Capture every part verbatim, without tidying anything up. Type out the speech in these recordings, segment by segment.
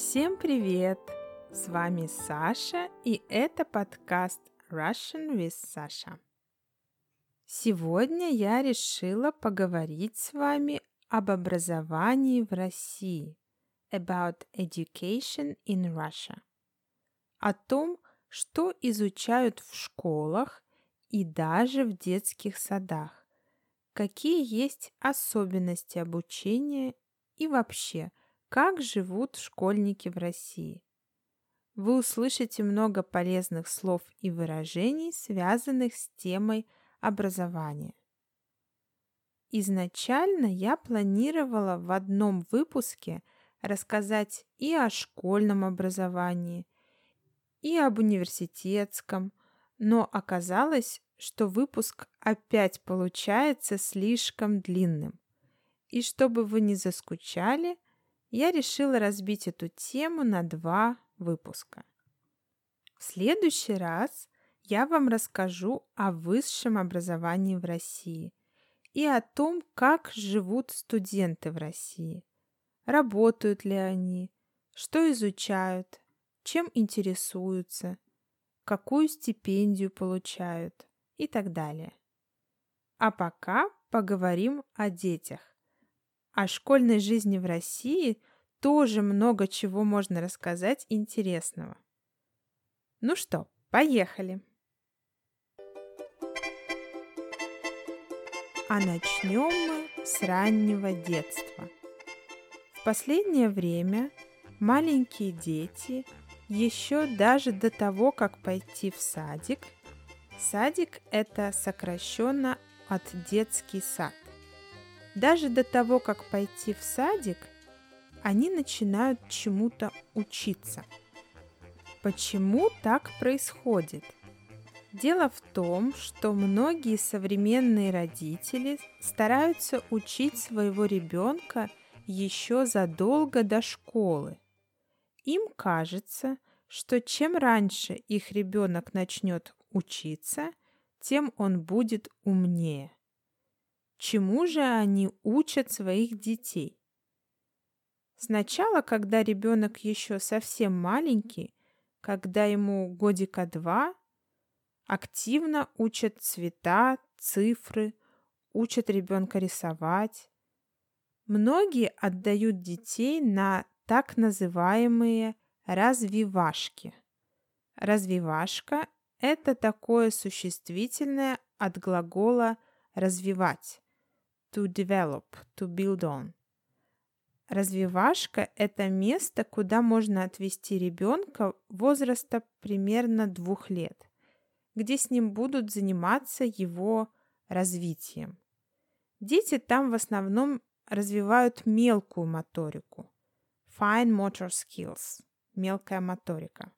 Всем привет! С вами Саша, и это подкаст Russian with Sasha. Сегодня я решила поговорить с вами об образовании в России, about education in Russia, о том, что изучают в школах и даже в детских садах, какие есть особенности обучения и вообще, как живут школьники в России. Вы услышите много полезных слов и выражений, связанных с темой образования. Изначально я планировала в одном выпуске рассказать и о школьном образовании, и об университетском, но оказалось, что выпуск опять получается слишком длинным. И чтобы вы не заскучали, я решила разбить эту тему на два выпуска. В следующий раз я вам расскажу о высшем образовании в России и о том, как живут студенты в России, работают ли они, что изучают, чем интересуются, какую стипендию получают и так далее. А пока поговорим о детях. О школьной жизни в России тоже много чего можно рассказать интересного. Ну что, поехали! А начнем мы с раннего детства. В последнее время маленькие дети, еще даже до того, как пойти в садик, садик – это сокращенно от детский сад. Даже до того, как пойти в садик, они начинают чему-то учиться. Почему так происходит? Дело в том, что многие современные родители стараются учить своего ребенка еще задолго до школы. Им кажется, что чем раньше их ребенок начнет учиться, тем он будет умнее. Чему же они учат своих детей? Сначала, когда ребенок еще совсем маленький, когда ему годика два, активно учат цвета, цифры, учат ребенка рисовать. Многие отдают детей на так называемые развивашки. Развивашка – это такое существительное от глагола «развивать». To develop, to build on. Развивашка – это место, куда можно отвести ребенка возраста примерно двух лет, где с ним будут заниматься его развитием. Дети там в основном развивают мелкую моторику. Fine motor skills – мелкая моторика.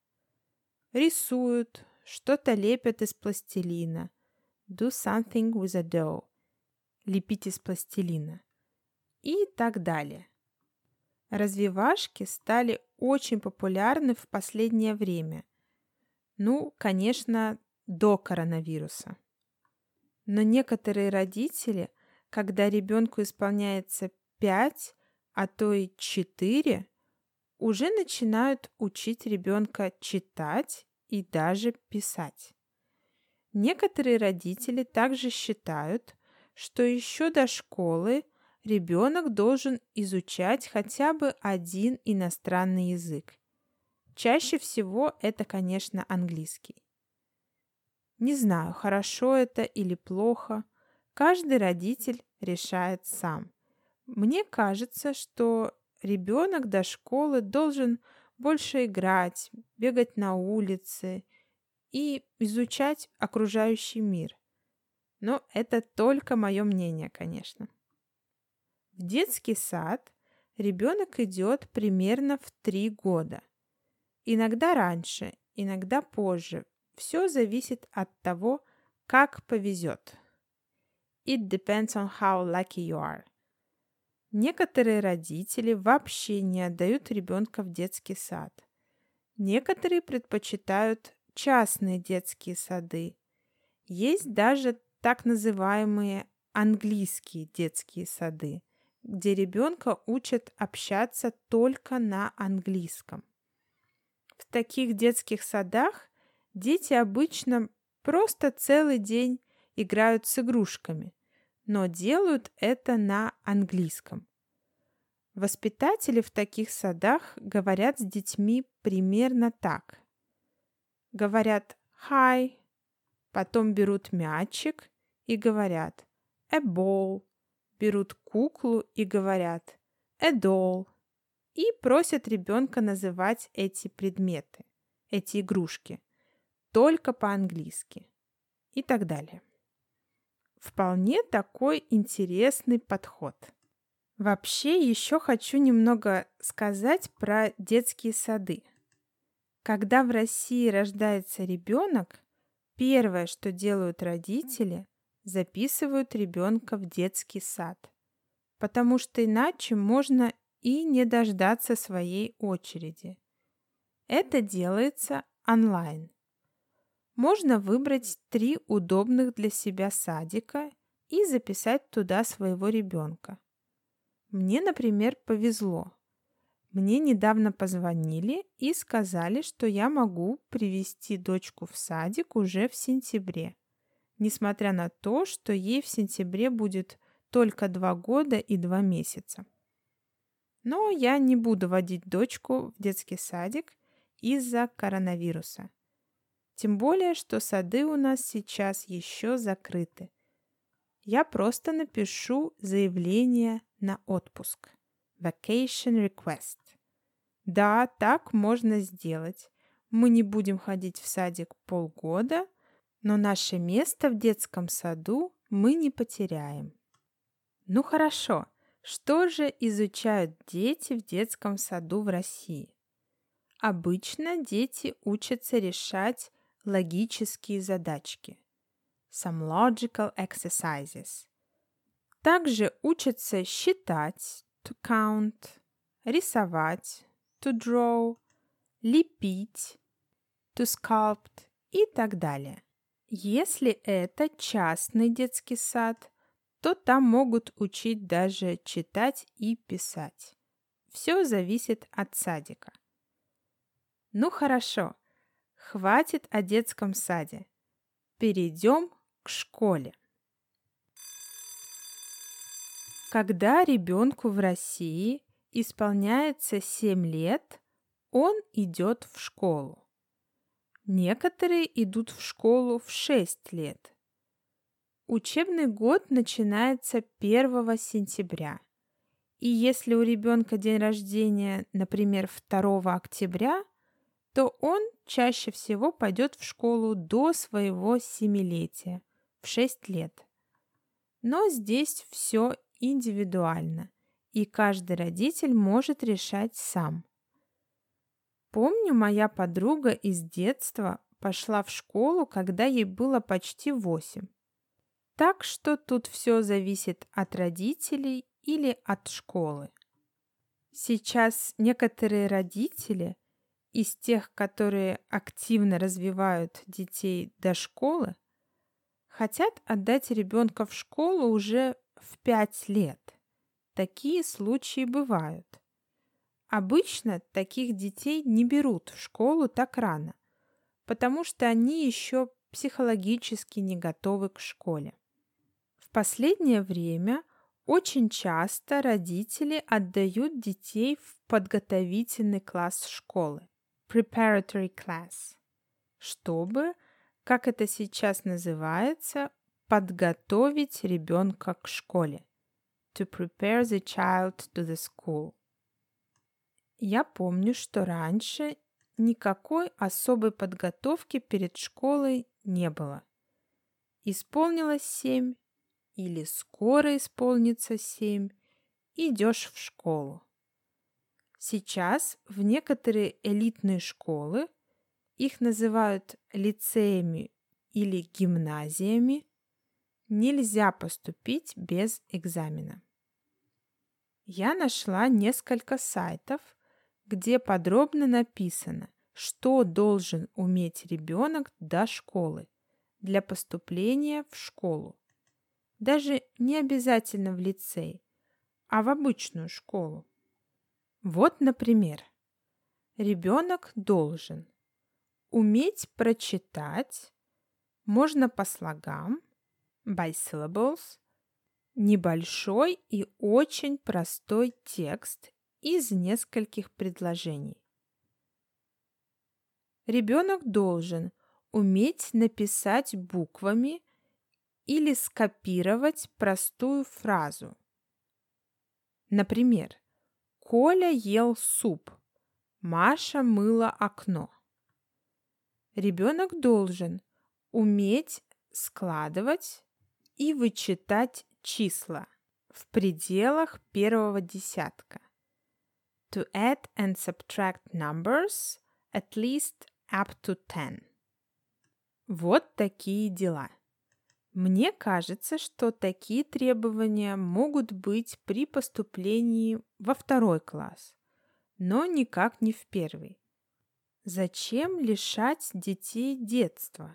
Рисуют, что-то лепят из пластилина. Do something with a dough. Лепить из пластилина и так далее. Развивашки стали очень популярны в последнее время. Ну, конечно, до коронавируса. Но некоторые родители, когда ребенку исполняется пять, а то и четыре, уже начинают учить ребенка читать и даже писать. Некоторые родители также считают, что еще до школы ребенок должен изучать хотя бы один иностранный язык. Чаще всего это, конечно, английский. Не знаю, хорошо это или плохо. Каждый родитель решает сам. Мне кажется, что ребенок до школы должен больше играть, бегать на улице и изучать окружающий мир. Но это только мое мнение, конечно. В детский сад ребенок идет примерно в три года. Иногда раньше, иногда позже. Все зависит от того, как повезет. It depends on how lucky you are. Некоторые родители вообще не отдают ребенка в детский сад. Некоторые предпочитают частные детские сады. Есть даже так называемые английские детские сады, где ребенка учат общаться только на английском. В таких детских садах дети обычно просто целый день играют с игрушками, но делают это на английском. Воспитатели в таких садах говорят с детьми примерно так. Говорят «hi», потом берут мячик и говорят «a ball», берут куклу и говорят «a doll» и просят ребенка называть эти предметы, эти игрушки, только по-английски и так далее. Вполне такой интересный подход. Вообще, еще хочу немного сказать про детские сады. Когда в России рождается ребенок, первое, что делают родители, записывают ребенка в детский сад, потому что иначе можно и не дождаться своей очереди. Это делается онлайн. Можно выбрать три удобных для себя садика и записать туда своего ребенка. Мне, например, повезло. Мне недавно позвонили и сказали, что я могу привести дочку в садик уже в сентябре, несмотря на то, что ей в сентябре будет только два года и два месяца. Но я не буду водить дочку в детский садик из-за коронавируса. Тем более, что сады у нас сейчас еще закрыты. Я просто напишу заявление на отпуск. Vacation request. Да, так можно сделать. Мы не будем ходить в садик полгода, но наше место в детском саду мы не потеряем. Ну хорошо, что же изучают дети в детском саду в России? Обычно дети учатся решать логические задачки. Some logical exercises. Также учатся считать, to count, рисовать, to draw, лепить, to sculpt и так далее. Если это частный детский сад, то там могут учить даже читать и писать. Все зависит от садика. Ну хорошо, хватит о детском саде. Перейдем к школе. Когда ребенку в России исполняется семь лет, он идет в школу. Некоторые идут в школу в шесть лет. Учебный год начинается первого сентября. И если у ребенка день рождения, например, второго октября, то он чаще всего пойдет в школу до своего семилетия, в шесть лет. Но здесь все индивидуально, и каждый родитель может решать сам. Помню, моя подруга из детства пошла в школу, когда ей было почти восемь. Так что тут все зависит от родителей или от школы. Сейчас некоторые родители из тех, которые активно развивают детей до школы, хотят отдать ребенка в школу уже в пять лет. Такие случаи бывают. Обычно таких детей не берут в школу так рано, потому что они еще психологически не готовы к школе. В последнее время очень часто родители отдают детей в подготовительный класс школы, preparatory class, чтобы, как это сейчас называется, подготовить ребенка к школе, to prepare the child to the school. Я помню, что раньше никакой особой подготовки перед школой не было. Исполнилось семь или скоро исполнится семь, идешь в школу. Сейчас в некоторые элитные школы, их называют лицеями или гимназиями, нельзя поступить без экзамена. Я нашла несколько сайтов, где подробно написано, что должен уметь ребенок до школы для поступления в школу. Даже не обязательно в лицей, а в обычную школу. Вот, например, ребенок должен уметь прочитать, можно по слогам, by syllables, небольшой и очень простой текст из нескольких предложений. Ребенок должен уметь написать буквами или скопировать простую фразу. Например, Коля ел суп, Маша мыла окно. Ребенок должен уметь складывать и вычитать числа в пределах первого десятка. To add and subtract numbers at least up to ten. Вот такие дела. Мне кажется, что такие требования могут быть при поступлении во второй класс, но никак не в первый. Зачем лишать детей детства?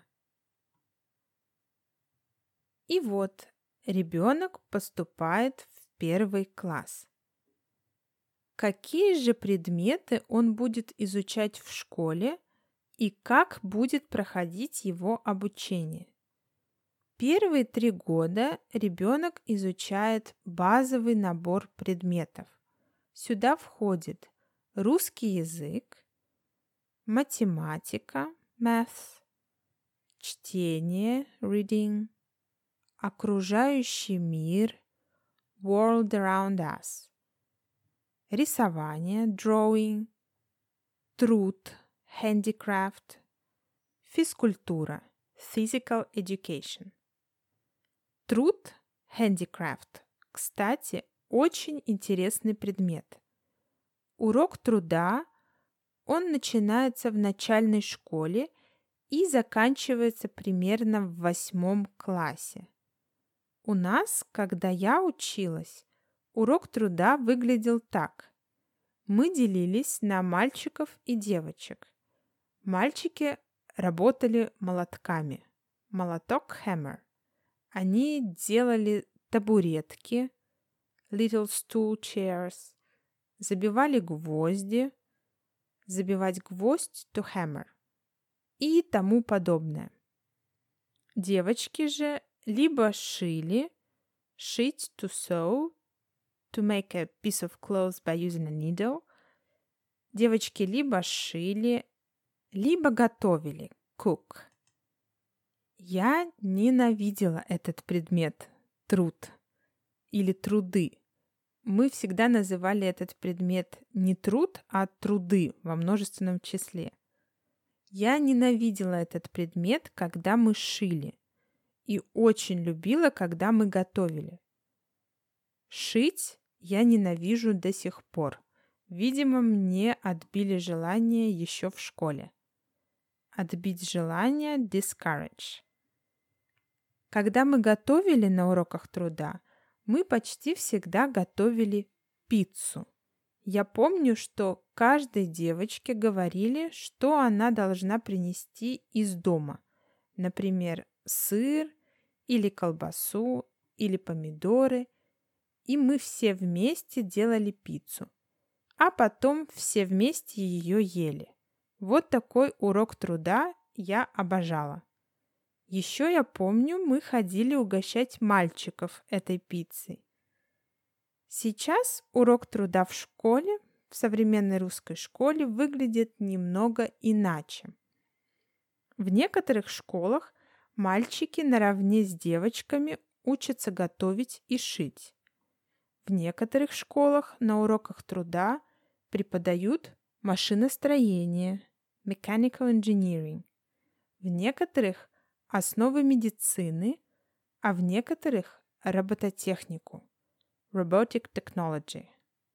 И вот ребенок поступает в первый класс. Какие же предметы он будет изучать в школе и как будет проходить его обучение? Первые три года ребенок изучает базовый набор предметов. Сюда входит русский язык, математика, math, чтение, reading, окружающий мир, world around us, рисование, drawing, труд, handicraft, физкультура, physical education. Труд, handicraft, кстати, очень интересный предмет. Урок труда, он начинается в начальной школе и заканчивается примерно в восьмом классе. У нас, когда я училась, урок труда выглядел так. Мы делились на мальчиков и девочек. Мальчики работали молотками. Молоток hammer. Они делали табуретки, little stool chairs, забивали гвозди, забивать гвоздь to hammer и тому подобное. Девочки же либо шили, шить to sew, to make a piece of cloth by using a needle. Девочки либо шили, либо готовили, cook. Я ненавидела этот предмет, труд или труды. Мы всегда называли этот предмет не труд, а труды во множественном числе. Я ненавидела этот предмет, когда мы шили, и очень любила, когда мы готовили. Шить я ненавижу до сих пор. Видимо, мне отбили желание еще в школе. Отбить желание – discourage. Когда мы готовили на уроках труда, мы почти всегда готовили пиццу. Я помню, что каждой девочке говорили, что она должна принести из дома. Например, сыр или колбасу или помидоры. И мы все вместе делали пиццу. А потом все вместе ее ели. Вот такой урок труда я обожала. Еще я помню, мы ходили угощать мальчиков этой пиццей. Сейчас урок труда в школе, в современной русской школе, выглядит немного иначе. В некоторых школах мальчики наравне с девочками учатся готовить и шить. В некоторых школах на уроках труда преподают машиностроение, mechanical engineering. В некоторых основы медицины, а в некоторых робототехнику, robotic technology.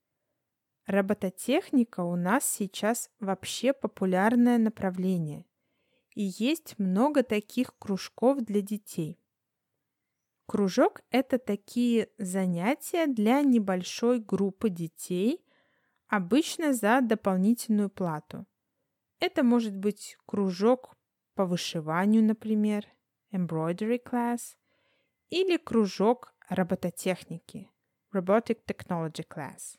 Робототехника у нас сейчас вообще популярное направление, и есть много таких кружков для детей. Кружок – это такие занятия для небольшой группы детей, обычно за дополнительную плату. Это может быть кружок по вышиванию, например, embroidery class, или кружок робототехники, Robotic Technology Class.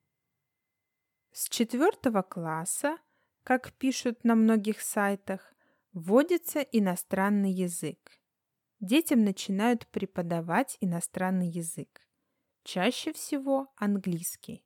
С четвертого класса, как пишут на многих сайтах, вводится иностранный язык. Детям начинают преподавать иностранный язык. Чаще всего английский.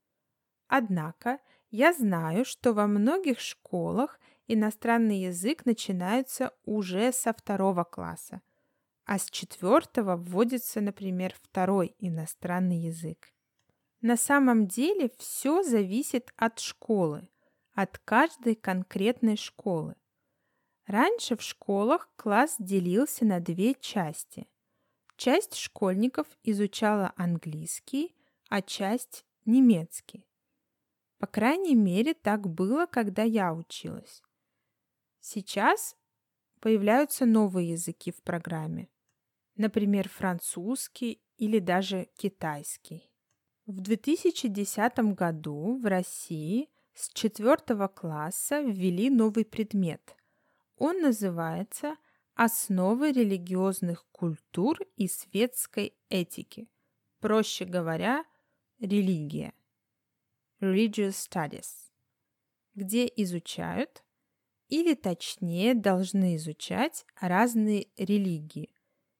Однако я знаю, что во многих школах иностранный язык начинается уже со второго класса, а с четвертого вводится, например, второй иностранный язык. На самом деле все зависит от школы, от каждой конкретной школы. Раньше в школах класс делился на две части. Часть школьников изучала английский, а часть – немецкий. По крайней мере, так было, когда я училась. Сейчас появляются новые языки в программе, например, французский или даже китайский. В две тысячи десятом году в России с четвертого класса ввели новый предмет. Он называется «Основы религиозных культур и светской этики». Проще говоря, религия. Religious Studies, где изучают, или точнее должны изучать разные религии.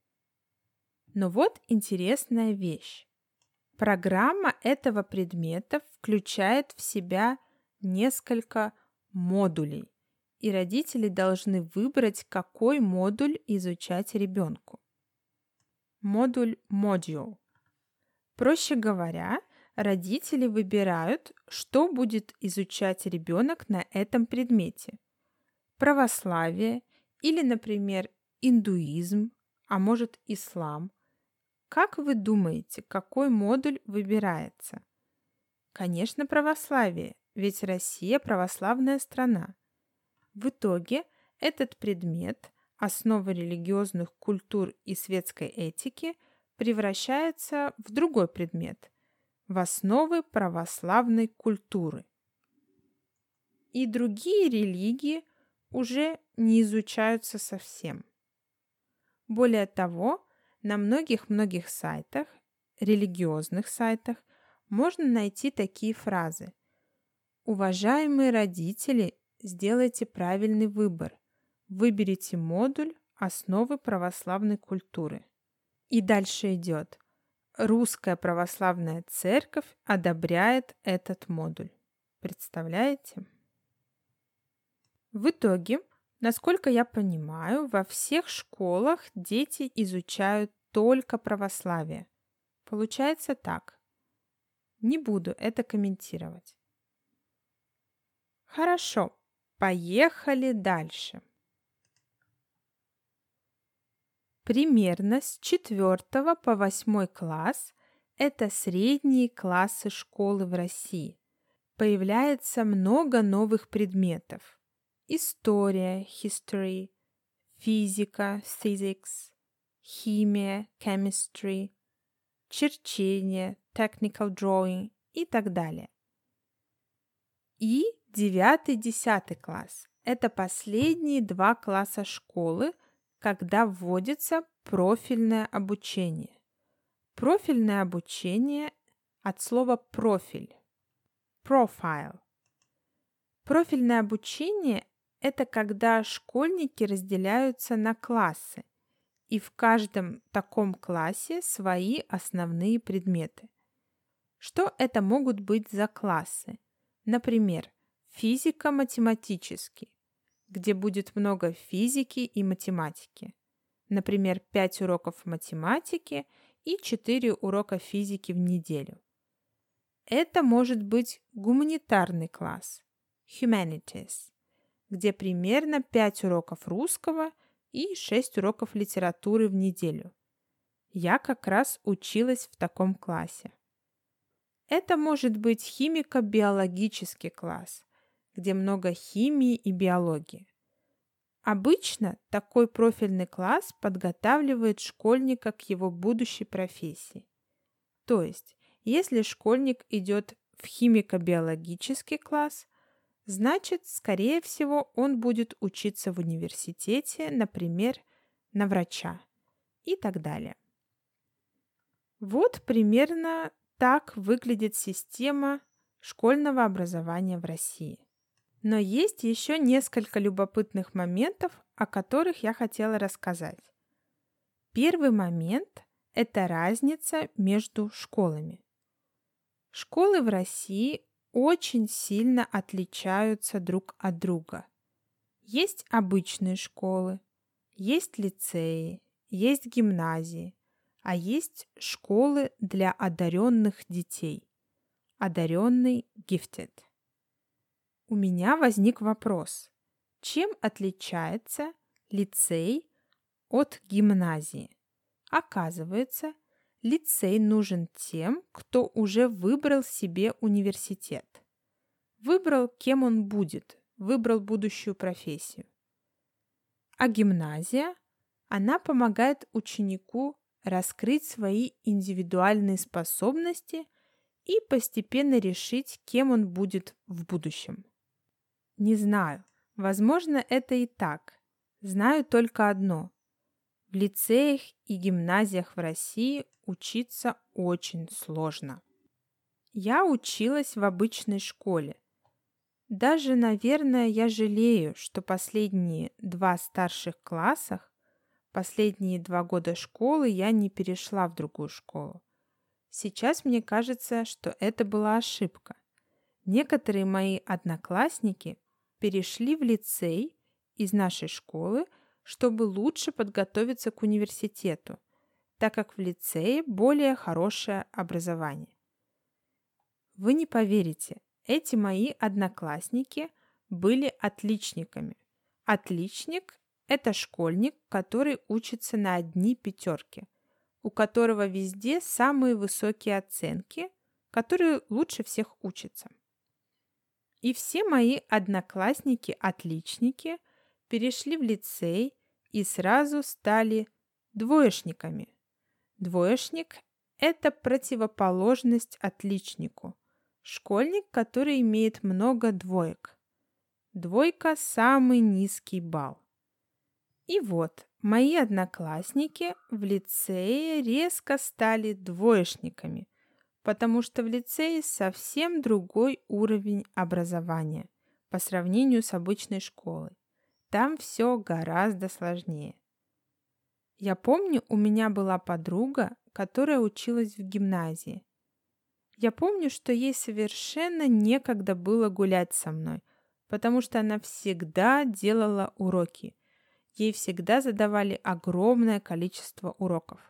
Но вот интересная вещь. Программа этого предмета включает в себя несколько модулей, и родители должны выбрать, какой модуль изучать ребенку. Модуль module. Проще говоря, родители выбирают, что будет изучать ребенок на этом предмете. Православие или, например, индуизм, а может ислам. Как вы думаете, какой модуль выбирается? Конечно, православие, ведь Россия православная страна. В итоге этот предмет, основы религиозных культур и светской этики, превращается в другой предмет, в основы православной культуры. И другие религии уже не изучаются совсем. Более того, на многих-многих сайтах, религиозных сайтах, можно найти такие фразы. Уважаемые родители, сделайте правильный выбор. Выберите модуль «Основы православной культуры». И дальше идет. Русская православная церковь одобряет этот модуль. Представляете? В итоге, насколько я понимаю, во всех школах дети изучают только православие. Получается так. Не буду это комментировать. Хорошо, поехали дальше. Примерно с четвертого по восьмой класс – это средние классы школы в России. Появляется много новых предметов. История, history, физика, physics, химия, chemistry, черчение, technical drawing и так далее. И девятый-десятый класс – это последние два класса школы, когда вводится профильное обучение. Профильное обучение от слова профиль. Profile. Профильное обучение – это когда школьники разделяются на классы, и в каждом таком классе свои основные предметы. Что это могут быть за классы? Например, физико-математический, где будет много физики и математики. Например, пять уроков математики и четыре урока физики в неделю. Это может быть гуманитарный класс, humanities, где примерно пять уроков русского и шесть уроков литературы в неделю. Я как раз училась в таком классе. Это может быть химико-биологический класс, где много химии и биологии. Обычно такой профильный класс подготавливает школьника к его будущей профессии. То есть, если школьник идет в химико-биологический класс, значит, скорее всего, он будет учиться в университете, например, на врача и так далее. Вот примерно так выглядит система школьного образования в России. Но есть еще несколько любопытных моментов, о которых я хотела рассказать. Первый момент– это разница между школами. Школы в России очень сильно отличаются друг от друга. Есть обычные школы, есть лицеи, есть гимназии, а есть школы для одаренных детей. Одаренный gifted. У меня возник вопрос, чем отличается лицей от гимназии? Оказывается, лицей нужен тем, кто уже выбрал себе университет. Выбрал, кем он будет, выбрал будущую профессию. А гимназия, она помогает ученику раскрыть свои индивидуальные способности и постепенно решить, кем он будет в будущем. Не знаю, возможно, это и так. Знаю только одно. В лицеях и гимназиях в России учиться очень сложно. Я училась в обычной школе. Даже, наверное, я жалею, что последние два старших классах, последние два года школы я не перешла в другую школу. Сейчас мне кажется, что это была ошибка. Некоторые мои одноклассники перешли в лицей из нашей школы, чтобы лучше подготовиться к университету, так как в лицее более хорошее образование. Вы не поверите, эти мои одноклассники были отличниками. Отличник – это школьник, который учится на одни пятерки, у которого везде самые высокие оценки, который лучше всех учится. И все мои одноклассники-отличники перешли в лицей и сразу стали двоечниками. Двоечник – это противоположность отличнику. Школьник, который имеет много двоек. Двойка – самый низкий балл. И вот, мои одноклассники в лицее резко стали двоечниками, потому что в лицее совсем другой уровень образования по сравнению с обычной школой. Там все гораздо сложнее. Я помню, у меня была подруга, которая училась в гимназии. Я помню, что ей совершенно некогда было гулять со мной, потому что она всегда делала уроки. Ей всегда задавали огромное количество уроков.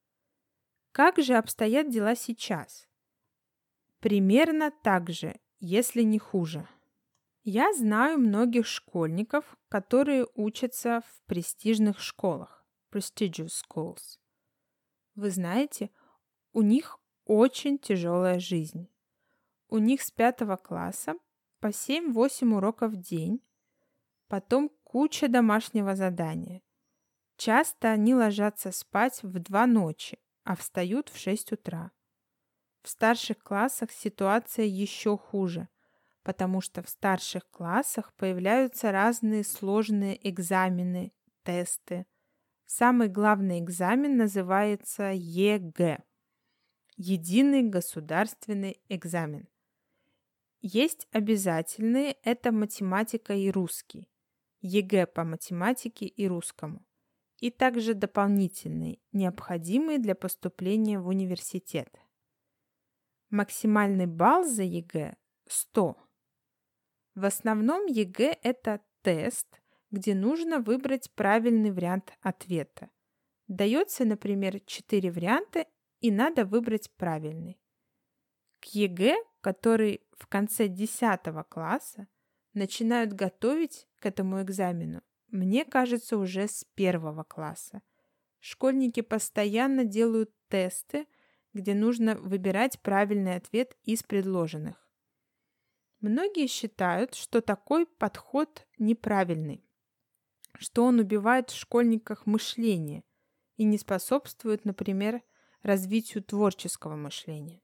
Как же обстоят дела сейчас? Примерно так же, если не хуже. Я знаю многих школьников, которые учатся в престижных школах, prestigious schools. Вы знаете, у них очень тяжелая жизнь. У них с пятого класса по семь-восемь уроков в день, потом куча домашнего задания. Часто они ложатся спать в два ночи, а встают в шесть утра. В старших классах ситуация еще хуже, потому что в старших классах появляются разные сложные экзамены, тесты. Самый главный экзамен называется ЕГЭ – Единый государственный экзамен. Есть обязательные – это математика и русский, ЕГЭ по математике и русскому, и также дополнительные, необходимые для поступления в университет. Максимальный балл за ЕГЭ – сто. В основном ЕГЭ – это тест, где нужно выбрать правильный вариант ответа. Дается, например, четыре варианта, и надо выбрать правильный. К ЕГЭ, который в конце десятого класса, начинают готовить к этому экзамену, мне кажется, уже с первого класса. Школьники постоянно делают тесты, где нужно выбирать правильный ответ из предложенных. Многие считают, что такой подход неправильный, что он убивает в школьниках мышление и не способствует, например, развитию творческого мышления.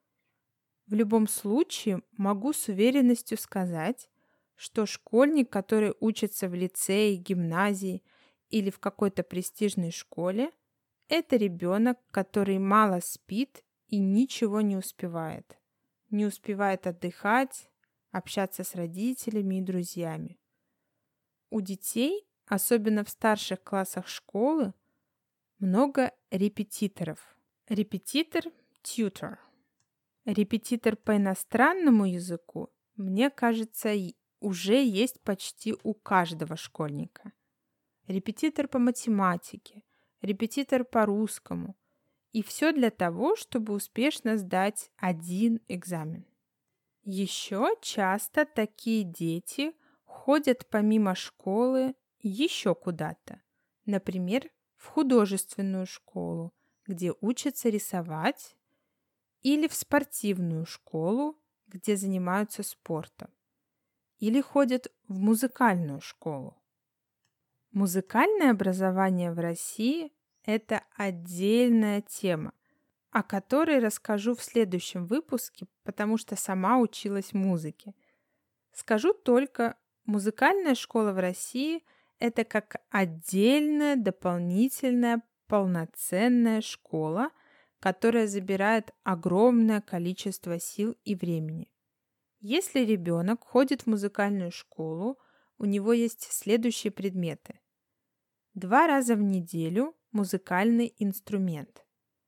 В любом случае, могу с уверенностью сказать, что школьник, который учится в лицее, гимназии или в какой-то престижной школе, Это ребенок, который мало спит и ничего не успевает. Не успевает отдыхать, общаться с родителями и друзьями. У детей, особенно в старших классах школы, много репетиторов. Репетитор – tutor. Репетитор по иностранному языку, мне кажется, уже есть почти у каждого школьника. Репетитор по математике, репетитор по русскому. И все для того, чтобы успешно сдать один экзамен. Еще часто такие дети ходят помимо школы еще куда-то. Например, в художественную школу, где учатся рисовать, или в спортивную школу, где занимаются спортом, или ходят в музыкальную школу. Музыкальное образование в России – это отдельная тема, о которой расскажу в следующем выпуске, потому что сама училась музыке. Скажу только, музыкальная школа в России – это как отдельная, дополнительная, полноценная школа, которая забирает огромное количество сил и времени. Если ребенок ходит в музыкальную школу, у него есть следующие предметы. Два раза в неделю музыкальный инструмент.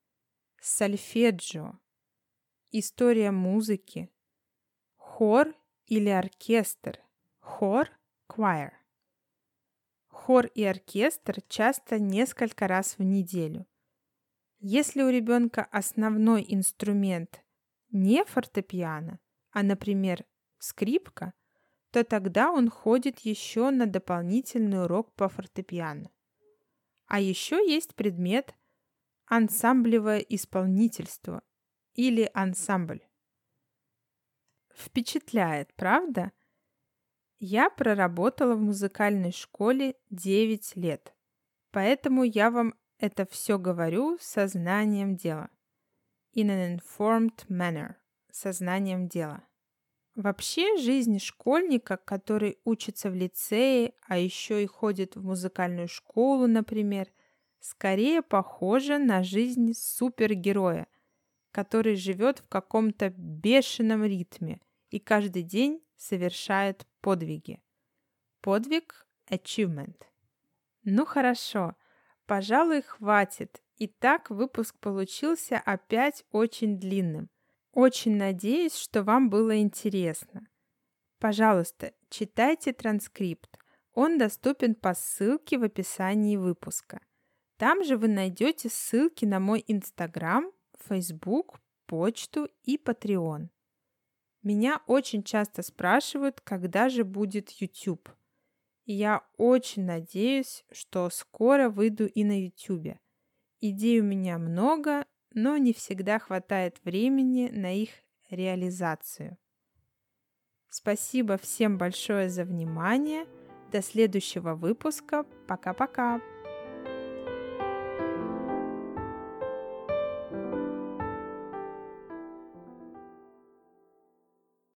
Сольфеджио, история музыки, хор или оркестр, хор, choir. Хор и оркестр часто несколько раз в неделю. Если у ребенка основной инструмент не фортепиано, а, например, скрипка, то тогда он ходит еще на дополнительный урок по фортепиано. А еще есть предмет ансамблевое исполнительство или ансамбль. Впечатляет, правда? Я проработала в музыкальной школе девять лет, поэтому я вам это все говорю сознанием дела. In an informed manner. Сознанием дела. Вообще, жизнь школьника, который учится в лицее, а еще и ходит в музыкальную школу, например, скорее похожа на жизнь супергероя, который живет в каком-то бешеном ритме и каждый день совершает подвиги. Подвиг – achievement. Ну хорошо. Пожалуй, хватит. Итак, выпуск получился опять очень длинным. Очень надеюсь, что вам было интересно. Пожалуйста, читайте транскрипт. Он доступен по ссылке в описании выпуска. Там же вы найдете ссылки на мой Инстаграм, Фейсбук, почту и Patreon. Меня очень часто спрашивают, когда же будет YouTube. И я очень надеюсь, что скоро выйду и на YouTube. Идей у меня много, но не всегда хватает времени на их реализацию. Спасибо всем большое за внимание. До следующего выпуска. Пока-пока.